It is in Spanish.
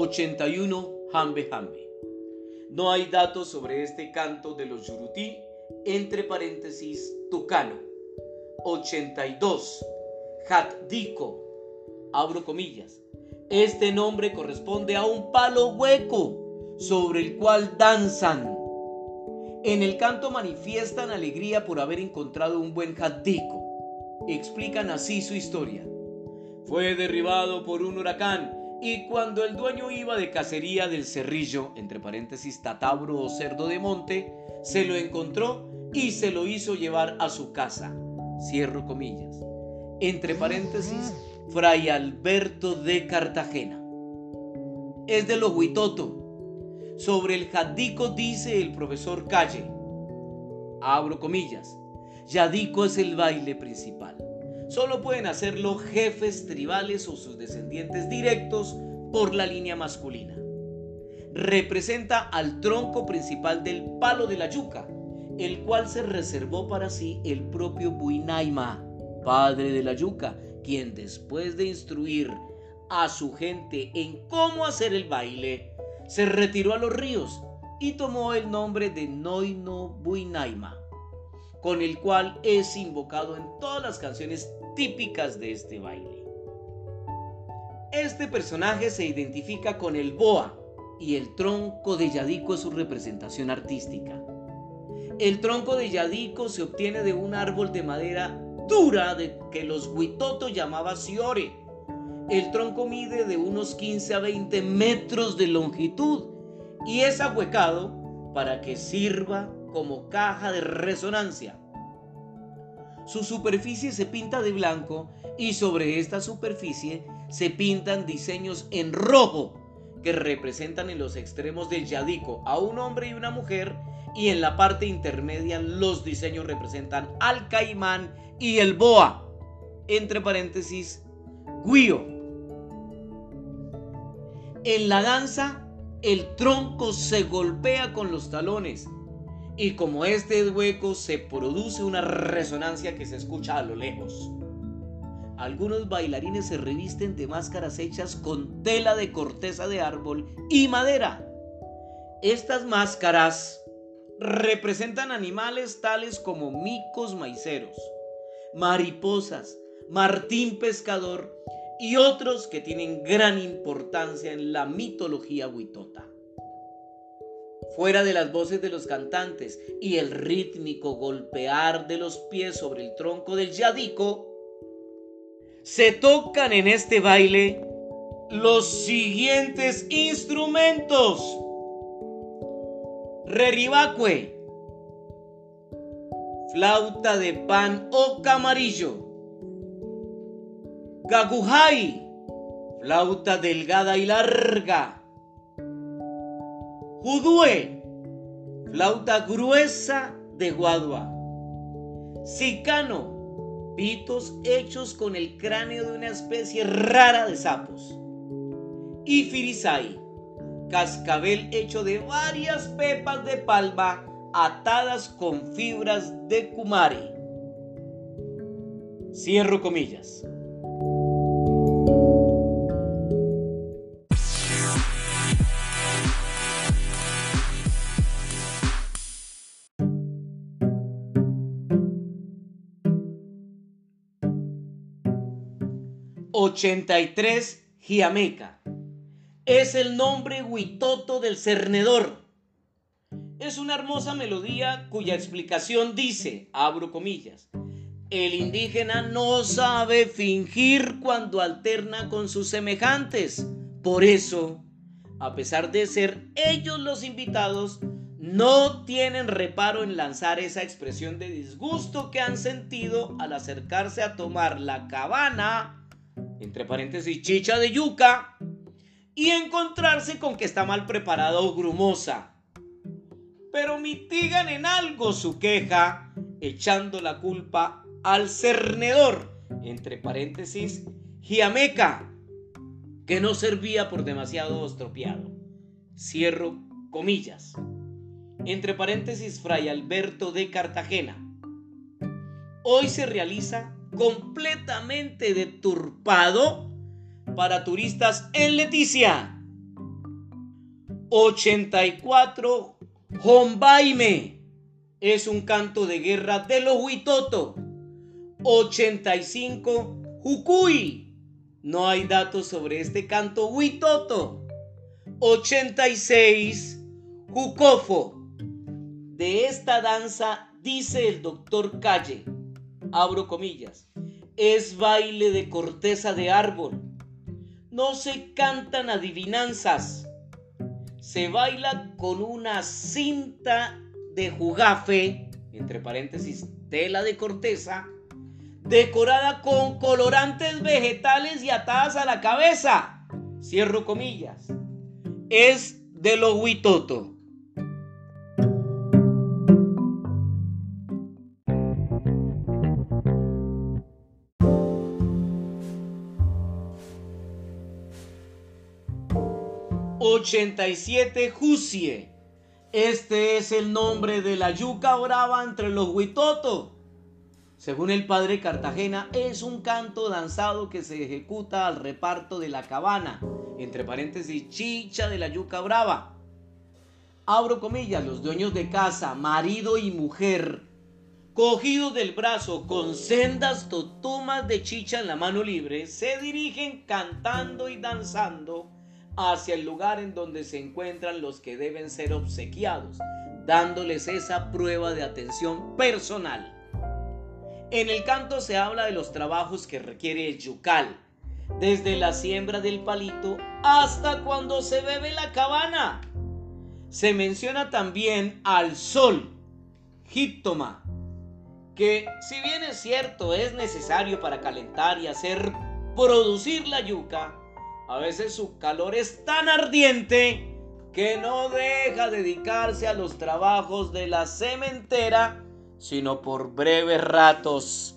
81 Jambe Jambe. No hay datos sobre este canto de los Yurutí, entre paréntesis tucano. 82 Jatdico, abro comillas. Este nombre corresponde a un palo hueco sobre el cual danzan. En el canto manifiestan alegría por haber encontrado un buen jatdico. Explican así su historia. Fue derribado por un huracán y cuando el dueño iba de cacería del cerrillo, entre paréntesis tatabro o cerdo de monte, se lo encontró y se lo hizo llevar a su casa. Cierro comillas. Entre paréntesis, Fray Alberto de Cartagena. Es de los Huitoto. Sobre el jatdico dice el profesor Calle, abro comillas, yadico es el baile principal. Solo pueden hacerlo jefes tribales o sus descendientes directos por la línea masculina. Representa al tronco principal del palo de la yuca, el cual se reservó para sí el propio Buinaima, padre de la yuca, quien después de instruir a su gente en cómo hacer el baile, se retiró a los ríos y tomó el nombre de Noino Buinaima, con el cual es invocado en todas las canciones típicas de este baile. Este personaje se identifica con el boa y el tronco de yadico es su representación artística. El tronco de yadico se obtiene de un árbol de madera dura de que los Huitoto llamaban siore. El tronco mide de unos 15 a 20 metros de longitud y es ahuecado para que sirva como caja de resonancia. Su superficie se pinta de blanco y sobre esta superficie se pintan diseños en rojo que representan en los extremos del yadico a un hombre y una mujer, y en la parte intermedia los diseños representan al caimán y el boa, entre paréntesis, guío. En la danza, el tronco se golpea con los talones y como este es hueco, se produce una resonancia que se escucha a lo lejos. Algunos bailarines se revisten de máscaras hechas con tela de corteza de árbol y madera. Estas máscaras representan animales tales como micos maiceros, mariposas, martín pescador y otros que tienen gran importancia en la mitología huitota. Fuera de las voces de los cantantes y el rítmico golpear de los pies sobre el tronco del yadico, se tocan en este baile los siguientes instrumentos: reribacue, flauta de pan o camarillo; gagujay, flauta delgada y larga; judue, flauta gruesa de guadua; sicano, pitos hechos con el cráneo de una especie rara de sapos; y firisay, cascabel hecho de varias pepas de palma atadas con fibras de kumari. Cierro comillas. (83) Giameca. Es el nombre huitoto del cernedor. Es una hermosa melodía cuya explicación dice, abro comillas, el indígena no sabe fingir cuando alterna con sus semejantes. Por eso, a pesar de ser ellos los invitados, no tienen reparo en lanzar esa expresión de disgusto que han sentido al acercarse a tomar la cabana, entre paréntesis chicha de yuca, y encontrarse con que está mal preparada o grumosa. Pero mitigan en algo su queja, echando la culpa al cernedor, entre paréntesis giameca, que no servía por demasiado estropeado. Cierro comillas. Entre paréntesis Fray Alberto de Cartagena. Hoy se realiza completamente deturpado para turistas en Leticia. 84, Hombaime, es un canto de guerra de los Huitoto. 85, Jucuy, no hay datos sobre este canto Huitoto. 86, Jucofo. De esta danza dice el doctor Calle, abro comillas, es baile de corteza de árbol. No se cantan adivinanzas. Se baila con una cinta de jugafe, entre paréntesis, tela de corteza, decorada con colorantes vegetales y atadas a la cabeza. Cierro comillas. Es de los Huitoto. '87, Jusie. Este es el nombre de la yuca brava entre los Huitoto. Según el padre Cartagena, es un canto danzado que se ejecuta al reparto de la cabana, entre paréntesis, chicha de la yuca brava. Abro comillas, los dueños de casa, marido y mujer, cogidos del brazo con sendas totumas de chicha en la mano libre, se dirigen cantando y danzando hacia el lugar en donde se encuentran los que deben ser obsequiados, dándoles esa prueba de atención personal. En el canto se habla de los trabajos que requiere el yucal, desde la siembra del palito hasta cuando se bebe la cabana. Se menciona también al sol, jíptoma, que si bien es cierto es necesario para calentar y hacer producir la yuca, a veces su calor es tan ardiente que no deja dedicarse a los trabajos de la sementera, sino por breves ratos.